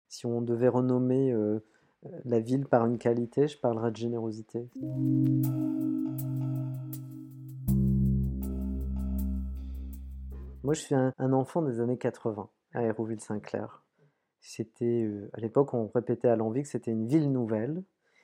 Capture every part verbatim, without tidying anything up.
Si on devait renommer euh, la ville par une qualité, je parlerais de générosité. Moi, je suis un, un enfant des années quatre-vingts, à Hérouville-Saint-Clair. C'était, euh, à l'époque, on répétait à l'envi que c'était une ville nouvelle.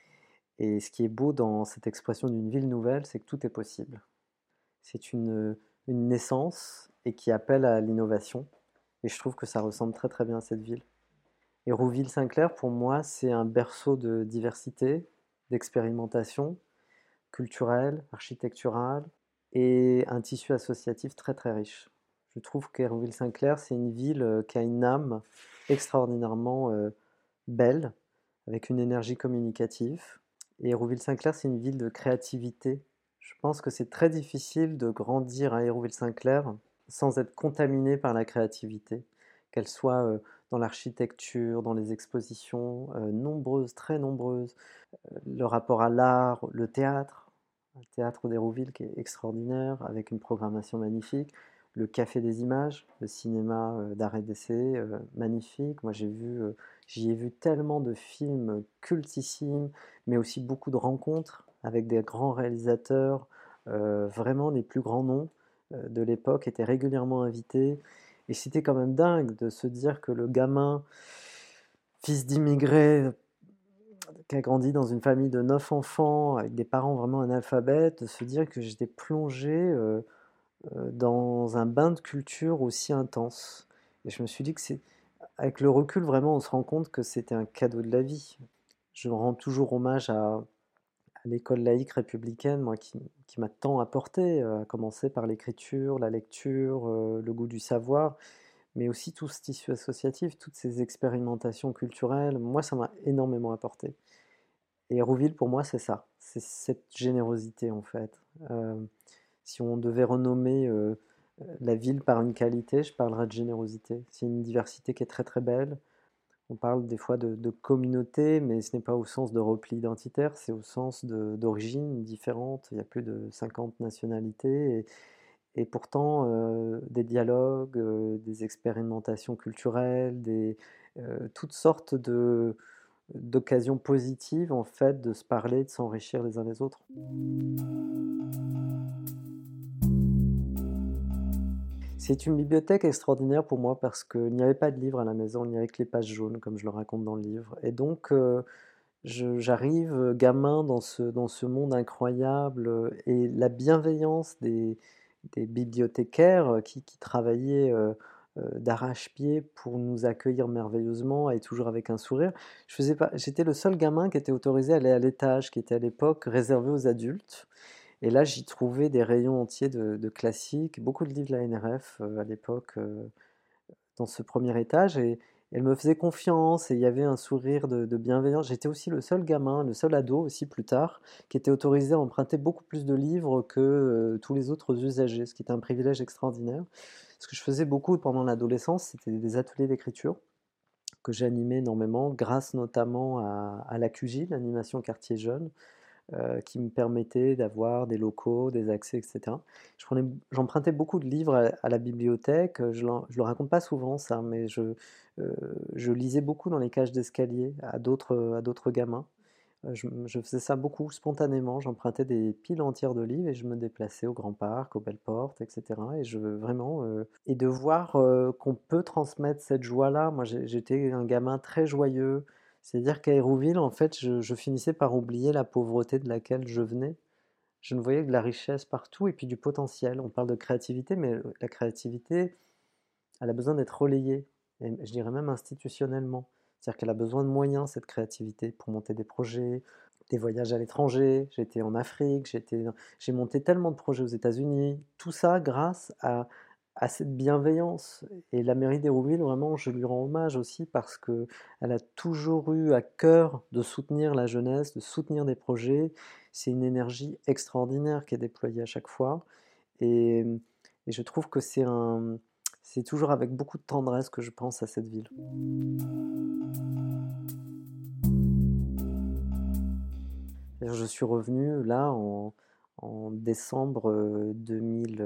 Et ce qui est beau dans cette expression d'une ville nouvelle, c'est que tout est possible. C'est une, une naissance et qui appelle à l'innovation. Et je trouve que ça ressemble très très bien à cette ville. Hérouville-Saint-Clair, pour moi, c'est un berceau de diversité, d'expérimentation culturelle, architecturale et un tissu associatif très très riche. Je trouve qu'Hérouville-Saint-Clair, c'est une ville euh, qui a une âme extraordinairement euh, belle, avec une énergie communicative. Et Hérouville-Saint-Clair, c'est une ville de créativité. Je pense que c'est très difficile de grandir à Hérouville-Saint-Clair sans être contaminé par la créativité, qu'elle soit euh, dans l'architecture, dans les expositions, euh, nombreuses, très nombreuses, euh, le rapport à l'art, le théâtre, le théâtre d'Hérouville qui est extraordinaire, avec une programmation magnifique, le Café des Images, le cinéma euh, d'art et d'essai, euh, magnifique. Moi, j'ai vu, euh, j'y ai vu tellement de films cultissimes, mais aussi beaucoup de rencontres avec des grands réalisateurs, euh, vraiment les plus grands noms euh, de l'époque étaient régulièrement invités. Et c'était quand même dingue de se dire que le gamin, fils d'immigrés, qui a grandi dans une famille de neuf enfants, avec des parents vraiment analphabètes, de se dire que j'étais plongé euh, euh, dans un bain de culture aussi intense. Et je me suis dit que c'est, avec le recul, vraiment, on se rend compte que c'était un cadeau de la vie. Je rends toujours hommage à, à l'école laïque républicaine, moi, qui, qui m'a tant apporté, euh, à commencer par l'écriture, la lecture, euh, le goût du savoir, mais aussi tout ce tissu associatif, toutes ces expérimentations culturelles. Moi, ça m'a énormément apporté. Et Hérouville, pour moi, c'est ça. C'est cette générosité, en fait. Euh, si on devait renommer euh, la ville par une qualité, je parlerais de générosité. C'est une diversité qui est très très belle. On parle des fois de, de communauté, mais ce n'est pas au sens de repli identitaire, c'est au sens de- d'origine différente. Il y a plus de cinquante nationalités et, et pourtant euh, des dialogues, euh, des expérimentations culturelles, des, euh, toutes sortes de, d'occasions positives en fait de se parler, de s'enrichir les uns les autres. C'est une bibliothèque extraordinaire pour moi parce qu'il n'y avait pas de livre à la maison, il n'y avait que les pages jaunes, comme je le raconte dans le livre. Et donc, euh, je- j'arrive euh, gamin dans ce, dans ce monde incroyable euh, et la bienveillance des, des bibliothécaires euh, qui, qui travaillaient euh, euh, d'arrache-pied pour nous accueillir merveilleusement et toujours avec un sourire. Je faisais pas, j'étais le seul gamin qui était autorisé à aller à l'étage, qui était à l'époque réservé aux adultes. Et là, j'y trouvais des rayons entiers de, de classiques, beaucoup de livres de la N R F euh, à l'époque euh, dans ce premier étage. Et elle me faisait confiance et il y avait un sourire de, de bienveillance. J'étais aussi le seul gamin, le seul ado aussi plus tard, qui était autorisé à emprunter beaucoup plus de livres que euh, tous les autres usagers, ce qui était un privilège extraordinaire. Ce que je faisais beaucoup pendant l'adolescence, c'était des ateliers d'écriture que j'animais énormément, grâce notamment à, à l'A Q J, l'animation quartier jeune, euh, qui me permettait d'avoir des locaux, des accès, et cetera. Je prenais, j'empruntais beaucoup de livres à, à la bibliothèque. Je ne le raconte pas souvent, ça, mais je, euh, je lisais beaucoup dans les cages d'escalier à d'autres, à d'autres gamins. Euh, Je, je faisais ça beaucoup spontanément. J'empruntais des piles entières de livres et je me déplaçais au Grand Parc, aux Belles Portes, et cetera. Et je vraiment euh, et de voir euh, qu'on peut transmettre cette joie-là. Moi, j'ai- j'étais un gamin très joyeux. C'est-à-dire qu'à Hérouville, en fait, je, je finissais par oublier la pauvreté de laquelle je venais. Je ne voyais que de la richesse partout et puis du potentiel. On parle de créativité, mais la créativité, elle a besoin d'être relayée, et je dirais même institutionnellement. C'est-à-dire qu'elle a besoin de moyens, cette créativité, pour monter des projets, des voyages à l'étranger. J'étais en Afrique, j'étais, j'ai monté tellement de projets aux États-Unis. Tout ça grâce à, à cette bienveillance. Et la mairie d'Hérouville, vraiment, je lui rends hommage aussi parce que elle a toujours eu à cœur de soutenir la jeunesse, de soutenir des projets. C'est une énergie extraordinaire qui est déployée à chaque fois. Et, et je trouve que c'est un, c'est toujours avec beaucoup de tendresse que je pense à cette ville. Je suis revenu là en, en décembre euh, deux mille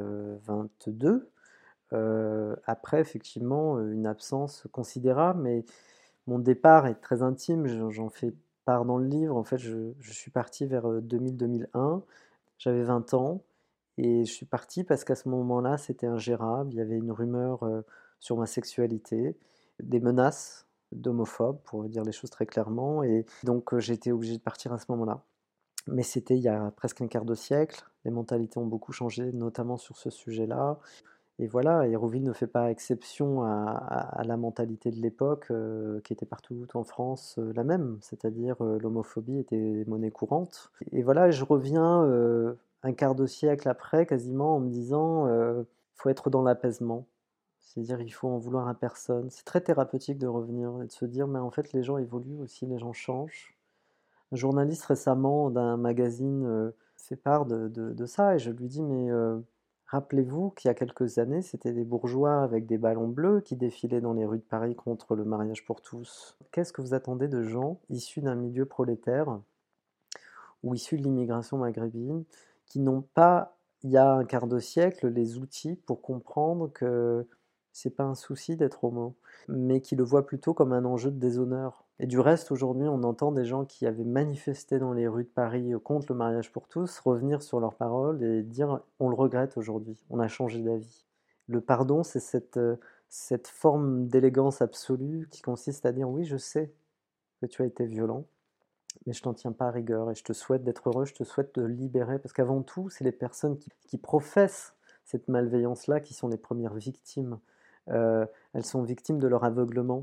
vingt-deux, euh, après effectivement une absence considérable, mais mon départ est très intime, j'en j'en fais part dans le livre. En fait, je je suis parti vers, heu, deux mille deux mille un. J'avais vingt ans et je suis parti parce qu'à ce moment-là, c'était ingérable. Il y avait une rumeur, heu, sur ma sexualité, des menaces d'homophobes, pour dire les choses très clairement et donc heu, j'ai été obligé de partir à ce moment-là. Mais c'était il y a presque un quart de siècle. Les mentalités ont beaucoup changé, notamment sur ce sujet-là. Et voilà, Hérouville ne fait pas exception à, à- à la mentalité de l'époque euh, qui était partout en France euh, la même, c'est-à-dire euh, l'homophobie était monnaie courante. Et voilà, je reviens euh, un quart de siècle après, quasiment, en me disant, il faut être dans l'apaisement. C'est-à-dire, il faut en vouloir à personne. C'est très thérapeutique de revenir et de se dire, mais en fait, les gens évoluent aussi, les gens changent. Un journaliste récemment d'un magazine euh, fait part de, de- de ça et je lui dis mais euh, rappelez-vous qu'il y a quelques années c'était des bourgeois avec des ballons bleus qui défilaient dans les rues de Paris contre le mariage pour tous. Qu'est-ce que vous attendez de gens issus d'un milieu prolétaire ou issus de l'immigration maghrébine qui n'ont pas, il y a un quart de siècle, les outils pour comprendre que c'est pas un souci d'être homo, mais qui le voient plutôt comme un enjeu de déshonneur. Et du reste, aujourd'hui, on entend des gens qui avaient manifesté dans les rues de Paris euh, contre le mariage pour tous revenir sur leurs paroles et dire on le regrette aujourd'hui, on a changé d'avis. Le pardon, c'est cette, euh, cette forme d'élégance absolue qui consiste à dire oui, je sais que tu as été violent, mais je t'en tiens pas à rigueur et je te souhaite d'être heureux, je te souhaite de libérer, parce qu'avant tout, c'est les personnes qui, qui professent cette malveillance-là qui sont les premières victimes. Euh, elles sont victimes de leur aveuglement.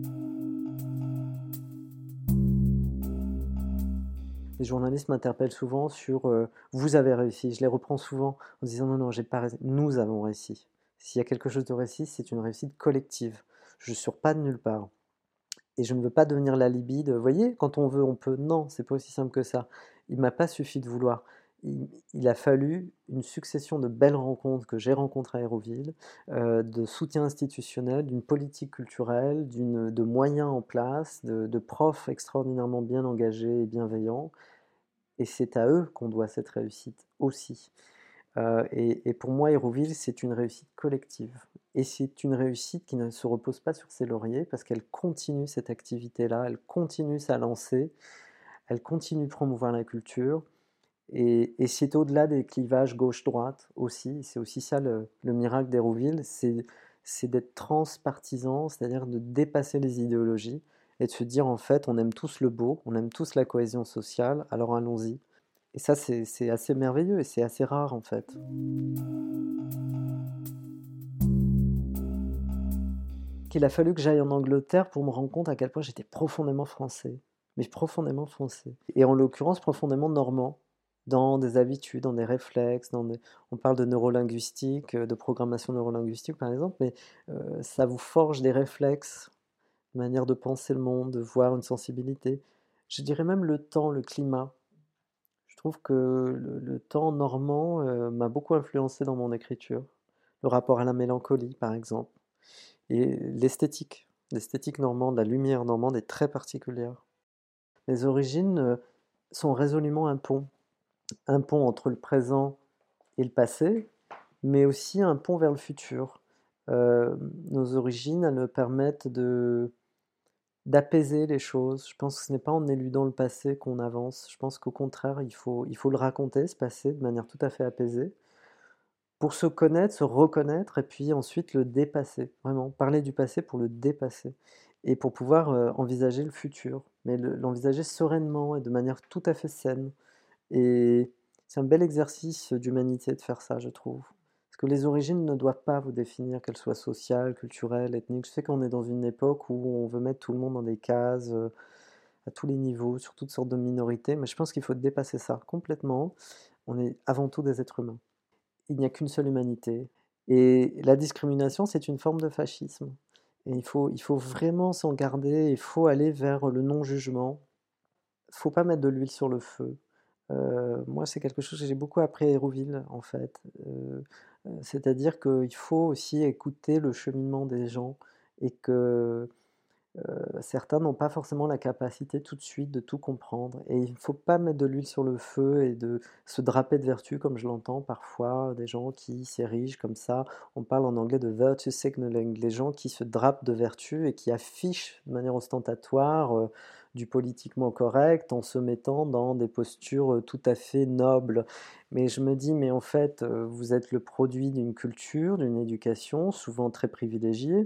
Les journalistes m'interpellent souvent sur euh, vous avez réussi. Je les reprends souvent en disant non, non, j'ai pas réussi. Nous avons réussi. S'il y a quelque chose de réussi, c'est une réussite collective. Je ne sors pas de nulle part. Et je ne veux pas devenir l'alibi de, vous voyez, quand on veut, on peut. Non, c'est pas aussi simple que ça. Il m'a pas suffi de vouloir. Il, il a fallu une succession de belles rencontres que j'ai rencontrées à Hérouville, euh, de soutien institutionnel, d'une politique culturelle, d'une, de moyens en place, de, de profs extraordinairement bien engagés et bienveillants. Et c'est à eux qu'on doit cette réussite aussi. Euh, et, et pour moi, Hérouville, c'est une réussite collective. Et c'est une réussite qui ne se repose pas sur ses lauriers parce qu'elle continue cette activité-là, elle continue sa lancée, elle continue de promouvoir la culture. Et, et c'est au-delà des clivages gauche-droite aussi. C'est aussi ça le, le miracle d'Hérouville, c'est, c'est d'être transpartisan, c'est-à-dire de dépasser les idéologies et de se dire en fait, on aime tous le beau, on aime tous la cohésion sociale, alors allons-y. Et ça, c'est, c'est assez merveilleux et c'est assez rare en fait. Qu'il a fallu que j'aille en Angleterre pour me rendre compte à quel point j'étais profondément français, mais profondément français. Et en l'occurrence, profondément normand, dans des habitudes, dans des réflexes, dans des... on parle de neurolinguistique, euh, de programmation neurolinguistique par exemple, mais euh, ça vous forge des réflexes, une manière de penser le monde, de voir une sensibilité. Je dirais même le temps, le climat. Je trouve que le, le temps normand euh, m'a beaucoup influencé dans mon écriture. Le rapport à la mélancolie, par exemple. Et l'esthétique, l'esthétique normande, la lumière normande est très particulière. Les origines euh, sont résolument un pont, un pont entre le présent et le passé, mais aussi un pont vers le futur. Euh, nos origines, elles nous permettent de, d'apaiser les choses. Je pense que ce n'est pas en éludant le passé qu'on avance. Je pense qu'au contraire, il faut, il faut le raconter, ce passé, de manière tout à fait apaisée, pour se connaître, se reconnaître et puis ensuite le dépasser. Vraiment, parler du passé pour le dépasser et pour pouvoir euh, envisager le futur, mais le- l'envisager sereinement et de manière tout à fait saine. Et c'est un bel exercice d'humanité de faire ça, je trouve. Parce que les origines ne doivent pas vous définir, qu'elles soient sociales, culturelles, ethniques. Je sais qu'on est dans une époque où on veut mettre tout le monde dans des cases, euh, à tous les niveaux, sur toutes sortes de minorités, mais je pense qu'il faut dépasser ça complètement. On est avant tout des êtres humains. Il n'y a qu'une seule humanité. Et la discrimination, c'est une forme de fascisme. Et il faut, il faut vraiment s'en garder, il faut aller vers le non-jugement. Il ne faut pas mettre de l'huile sur le feu. Euh, moi, c'est quelque chose que j'ai beaucoup appris à Hérouville, en fait. Euh, euh, c'est-à-dire qu'il faut aussi écouter le cheminement des gens et que Heu, certains n'ont pas forcément la capacité tout de suite de tout comprendre et il ne faut pas mettre de l'huile sur le feu et de se draper de vertu comme je l'entends parfois, des gens qui s'érigent comme ça. On parle en anglais de virtue signaling, les gens qui se drapent de vertu et qui affichent de manière ostentatoire, heu, du politiquement correct en se mettant dans des postures, heu, tout à fait nobles. Mais je me dis: «Mais en fait, heu, vous êtes le produit d'une culture, d'une éducation souvent très privilégiée.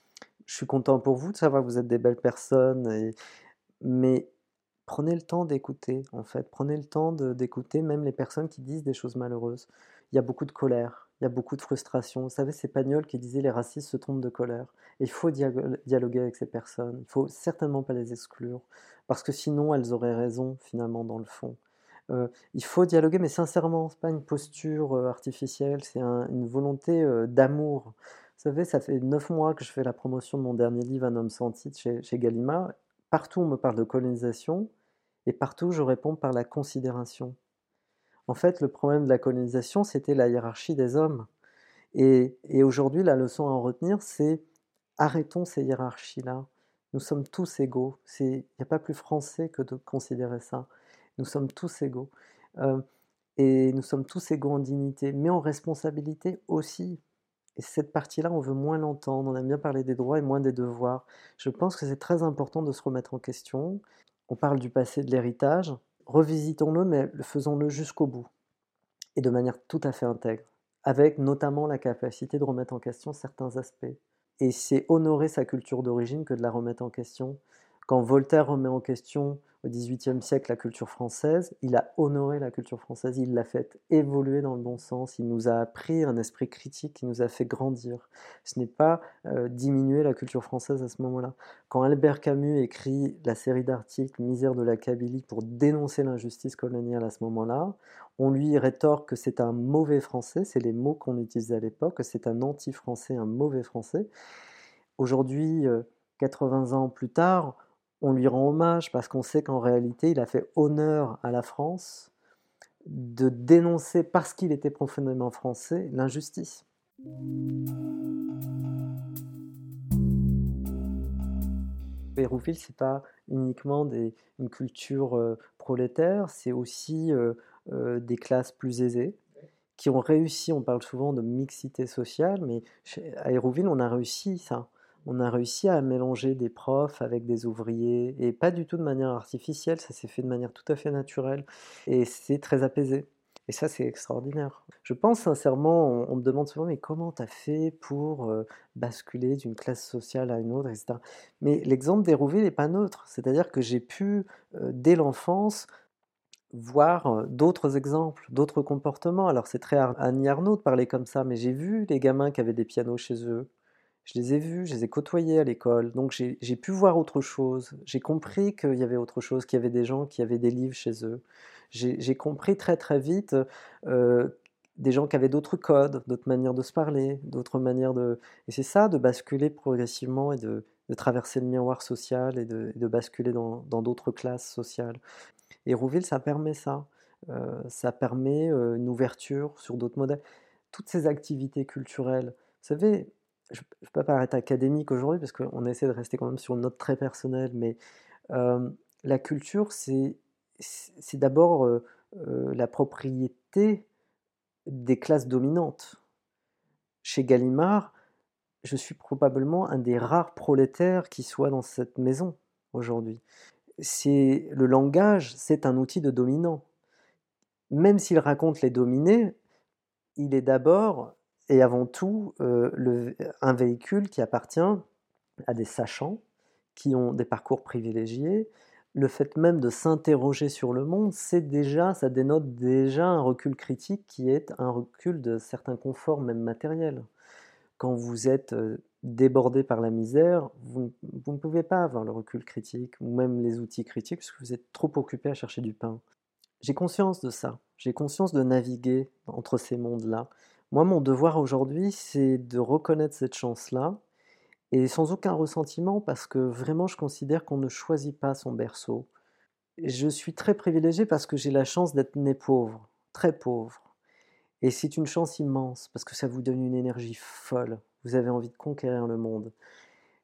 Je suis content pour vous de savoir que vous êtes des belles personnes et mais prenez le temps d'écouter, en fait. Prenez le temps de d'écouter même les personnes qui disent des choses malheureuses. Il y a beaucoup de colère, il y a beaucoup de frustration. Vous savez, c'est Pagnol qui disait: «Les racistes se trompent de colère» et il faut diago dialoguer avec ces personnes. Il faut certainement pas les exclure parce que sinon elles auraient raison finalement dans le fond. Heu, il faut dialoguer mais sincèrement, c'est pas une posture, heu, artificielle, c'est un une volonté, heu, d'amour. Vous savez, ça fait neuf mois que je fais la promotion de mon dernier livre, Un homme sans titre, chez chez Gallimard. Partout, on me parle de colonisation et partout, je réponds par la considération. En fait, le problème de la colonisation, c'était la hiérarchie des hommes. Et, et aujourd'hui, la leçon à en retenir, c'est arrêtons ces hiérarchies-là. Nous sommes tous égaux. Il n'y a pas plus français que de considérer ça. Nous sommes tous égaux. Euh, et nous sommes tous égaux en dignité, mais en responsabilité aussi. Et cette partie-là, on veut moins l'entendre. On aime bien parler des droits et moins des devoirs. Je pense que c'est très important de se remettre en question. On parle du passé, de l'héritage. Revisitons-le, mais faisons-le jusqu'au bout et de manière tout à fait intègre, avec notamment la capacité de remettre en question certains aspects. Et c'est honorer sa culture d'origine que de la remettre en question. Quand Voltaire remet en question au dix-huitième siècle la culture française, il a honoré la culture française, il l'a fait évoluer dans le bon sens, il nous a appris un esprit critique qui nous a fait grandir. Ce n'est pas euh, diminuer la culture française à ce moment-là. Quand Albert Camus écrit la série d'articles Misère de la Kabylie pour dénoncer l'injustice coloniale à ce moment-là, on lui rétorque que c'est un mauvais français, c'est les mots qu'on utilisait à l'époque, que c'est un anti-français, un mauvais français. Aujourd'hui, euh, quatre-vingts ans plus tard, on lui rend hommage parce qu'on sait qu'en réalité, il a fait honneur à la France de dénoncer, parce qu'il était profondément français, l'injustice. Hérouville, c'est pas uniquement des, une culture euh, prolétaire, c'est aussi euh, euh, des classes plus aisées qui ont réussi, on parle souvent de mixité sociale, mais chez, à Hérouville, on a réussi ça. On a réussi à mélanger des profs avec des ouvriers, et pas du tout de manière artificielle, ça s'est fait de manière tout à fait naturelle, et c'est très apaisé. Et ça, c'est extraordinaire. Je pense sincèrement, on, on me demande souvent, mais comment tu as fait pour euh, basculer d'une classe sociale à une autre, et cetera. Mais l'exemple d'Hérouville n'est pas neutre, c'est-à-dire que j'ai pu, euh, dès l'enfance, voir euh, d'autres exemples, d'autres comportements. Alors c'est très Ar- Annie Arnaud de parler comme ça, mais j'ai vu les gamins qui avaient des pianos chez eux. Je les ai vus, je les ai côtoyés à l'école. Donc j'ai j'ai pu voir autre chose. J'ai compris qu'il y avait autre chose, qu'il y avait des gens qui avaient des livres chez eux. J'ai j'ai compris très très vite euh, des gens qui avaient d'autres codes, d'autres manières de se parler, d'autres manières de... Et c'est ça, de basculer progressivement et de, de traverser le miroir social et de, de basculer dans dans d'autres classes sociales. Hérouville, ça permet ça. Heu, ça permet, heu, une ouverture sur d'autres modèles. Toutes ces activités culturelles, vous savez, je ne veux pas paraître académique aujourd'hui parce qu'on essaie de rester quand même sur une note très personnelle, mais hem, la culture, c'est c'est c'est d'abord, heu heu, la propriété des classes dominantes. Chez Gallimard, je suis probablement un des rares prolétaires qui soit dans cette maison aujourd'hui. C'est le langage, c'est un outil de dominant. Même s'il raconte les dominés, il est d'abord et avant tout euh, le- un véhicule qui appartient à des sachants, qui ont des parcours privilégiés. Le fait même de s'interroger sur le monde, c'est déjà, ça dénote déjà un recul critique qui est un recul de certains conforts, même matériels. Quand vous êtes euh, débordé par la misère, vous, vous ne pouvez pas avoir le recul critique, ou même les outils critiques, parce que vous êtes trop occupé à chercher du pain. J'ai conscience de ça. J'ai conscience de naviguer entre ces mondes-là. Moi, mon devoir aujourd'hui, c'est de reconnaître cette chance-là, et sans aucun ressentiment, parce que vraiment, je considère qu'on ne choisit pas son berceau. Je suis très privilégié parce que j'ai la chance d'être né pauvre, très pauvre. Et c'est une chance immense, parce que ça vous donne une énergie folle. Vous avez envie de conquérir le monde.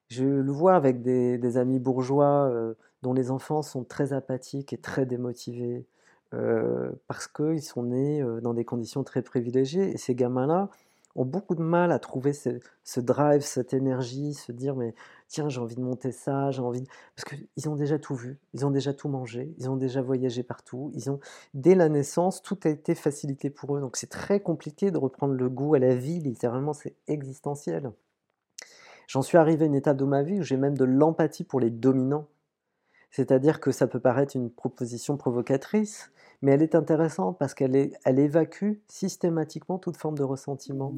Je le vois avec des, des amis bourgeois euh, dont les enfants sont très apathiques et très démotivés euh, parce qu'ils sont nés euh, dans des conditions très privilégiées. Et ces gamins-là ont beaucoup de mal à trouver ce, ce drive, cette énergie, se dire mais tiens, j'ai envie de monter ça, j'ai envie de... Parce qu'ils ont déjà tout vu, ils ont déjà tout mangé, ils ont déjà voyagé partout, ils ont... Dès la naissance, tout a été facilité pour eux. Donc c'est très compliqué de reprendre le goût à la vie, littéralement, c'est existentiel. J'en suis arrivé à une étape de ma vie où j'ai même de l'empathie pour les dominants. C'est-à-dire que ça peut paraître une proposition provocatrice, mais elle est intéressante parce qu'elle est, elle évacue systématiquement toute forme de ressentiment.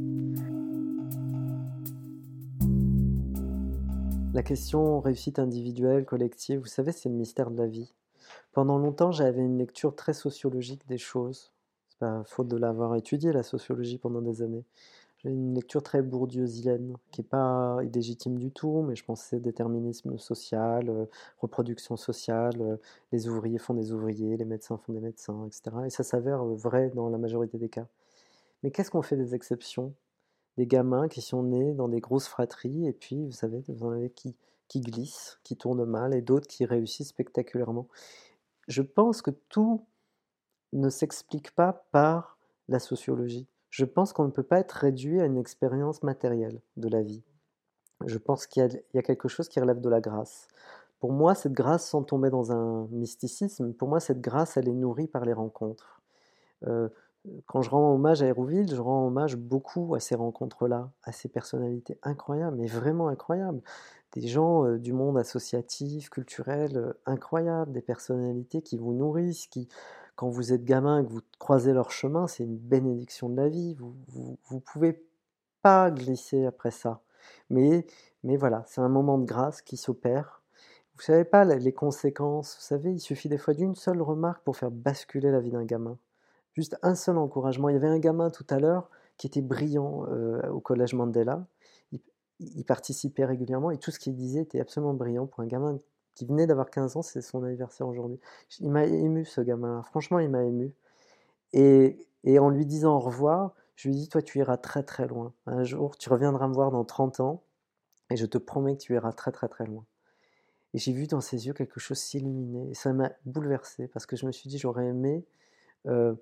La question réussite individuelle, collective, vous savez, c'est le mystère de la vie. Pendant longtemps, j'avais une lecture très sociologique des choses. C'est pas faute de l'avoir étudié, la sociologie, pendant des années. J'ai une lecture très bourdieusienne, qui n'est pas illégitime du tout, mais je pense que c'est déterminisme social, euh, reproduction sociale, euh, les ouvriers font des ouvriers, les médecins font des médecins, et cetera. Et ça s'avère euh, vrai dans la majorité des cas. Mais qu'est-ce qu'on fait des exceptions? Des gamins qui sont nés dans des grosses fratries, et puis, vous savez, vous en avez qui, qui glissent, qui tournent mal, et d'autres qui réussissent spectaculairement. Je pense que tout ne s'explique pas par la sociologie. Je pense qu'on ne peut pas être réduit à une expérience matérielle de la vie. Je pense qu'il y a, il y a quelque chose qui relève de la grâce. Pour moi, cette grâce, sans tomber dans un mysticisme, pour moi, cette grâce, elle est nourrie par les rencontres. Euh, quand je rends hommage à Hérouville, je rends hommage beaucoup à ces rencontres-là, à ces personnalités incroyables, mais vraiment incroyables. Des gens euh, du monde associatif, culturel, euh, incroyables, des personnalités qui vous nourrissent, qui, quand vous êtes gamin et que vous croisez leur chemin, c'est une bénédiction de la vie. Vous, vous, vous pouvez pas glisser après ça. Mais, mais voilà, c'est un moment de grâce qui s'opère. Vous savez pas les conséquences. Vous savez, il suffit des fois d'une seule remarque pour faire basculer la vie d'un gamin. Juste un seul encouragement. Il y avait un gamin tout à l'heure qui était brillant euh, au collège Mandela. Il, il participait régulièrement et tout ce qu'il disait était absolument brillant pour un gamin qui venait d'avoir quinze ans, c'est son anniversaire aujourd'hui. Il m'a ému ce gamin-là, franchement il m'a ému. Et, et en lui disant au revoir, je lui dis, toi tu iras très très loin. Un jour tu reviendras me voir dans trente ans et je te promets que tu iras très très très loin. Et j'ai vu dans ses yeux quelque chose s'illuminer et ça m'a bouleversé parce que je me suis dit, j'aurais aimé euh,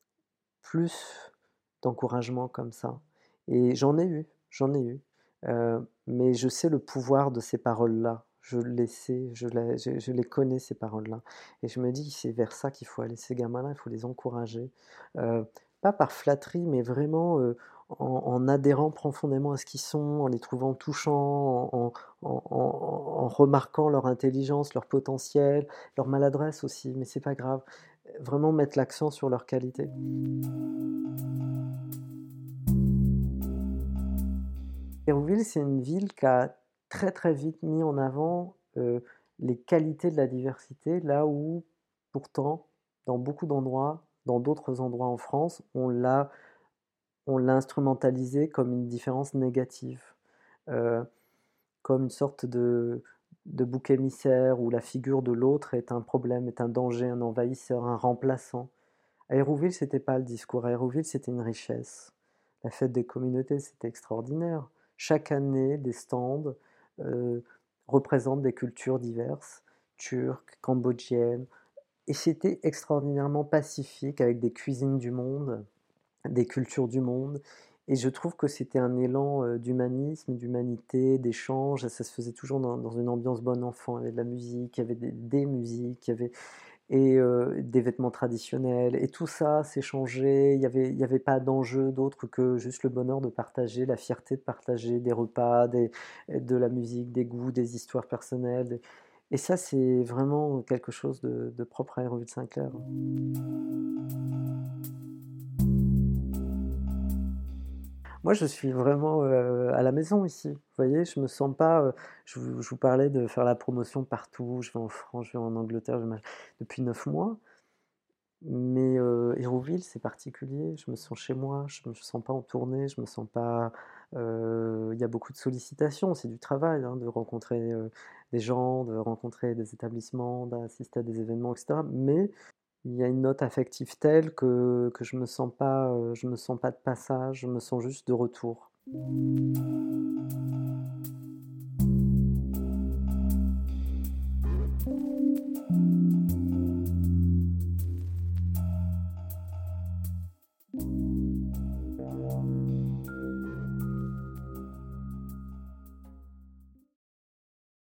plus d'encouragement comme ça. Et j'en ai eu, j'en ai eu. Euh, mais je sais le pouvoir de ces paroles-là. Je les sais, je les, je, je les connais, ces paroles-là. Et je me dis, c'est vers ça qu'il faut aller. Ces gamins-là, il faut les encourager. Euh, pas par flatterie, mais vraiment euh, en, en adhérant profondément à ce qu'ils sont, en les trouvant touchants, en, en, en, en remarquant leur intelligence, leur potentiel, leur maladresse aussi. Mais c'est pas grave. Vraiment mettre l'accent sur leur qualité. Hérouville, c'est une ville qui a très très vite mis en avant euh, les qualités de la diversité, là où pourtant, dans beaucoup d'endroits, dans d'autres endroits en France, on l'a on l'a instrumentalisé comme une différence négative, euh, comme une sorte de, de bouc émissaire où la figure de l'autre est un problème, est un danger, un envahisseur, un remplaçant. À Hérouville, c'était pas le discours. À Hérouville, c'était une richesse. La fête des communautés, c'était extraordinaire. Chaque année, des stands euh, représentent des cultures diverses, turques, cambodgiennes. Et c'était extraordinairement pacifique avec des cuisines du monde, des cultures du monde. Et je trouve que c'était un élan euh, d'humanisme, d'humanité, d'échange. Ça se faisait toujours dans, dans une ambiance bon enfant. Il y avait de la musique, il y avait des, des musiques, il y avait et euh, des vêtements traditionnels, et tout ça s'est changé, il n'y avait, il y avait pas d'enjeu d'autre que juste le bonheur de partager, la fierté de partager des repas, des, de la musique, des goûts, des histoires personnelles. Et ça, c'est vraiment quelque chose de, de propre à Hérouville-Saint-Clair. Moi, je suis vraiment euh, à la maison ici. Vous voyez, je me sens pas. euh, je, vous, je vous parlais de faire la promotion partout. Je vais en France, je vais en Angleterre, je vais depuis neuf mois. Mais euh, Hérouville, c'est particulier. Je me sens chez moi. Je me sens pas en tournée. Je me sens pas. euh, Il y a beaucoup de sollicitations. C'est du travail, hein, de rencontrer euh, des gens, de rencontrer des établissements, d'assister à des événements, et cetera. Mais il y a une note affective telle que, que je me sens pas, euh, je me sens pas de passage. Je me sens juste de retour.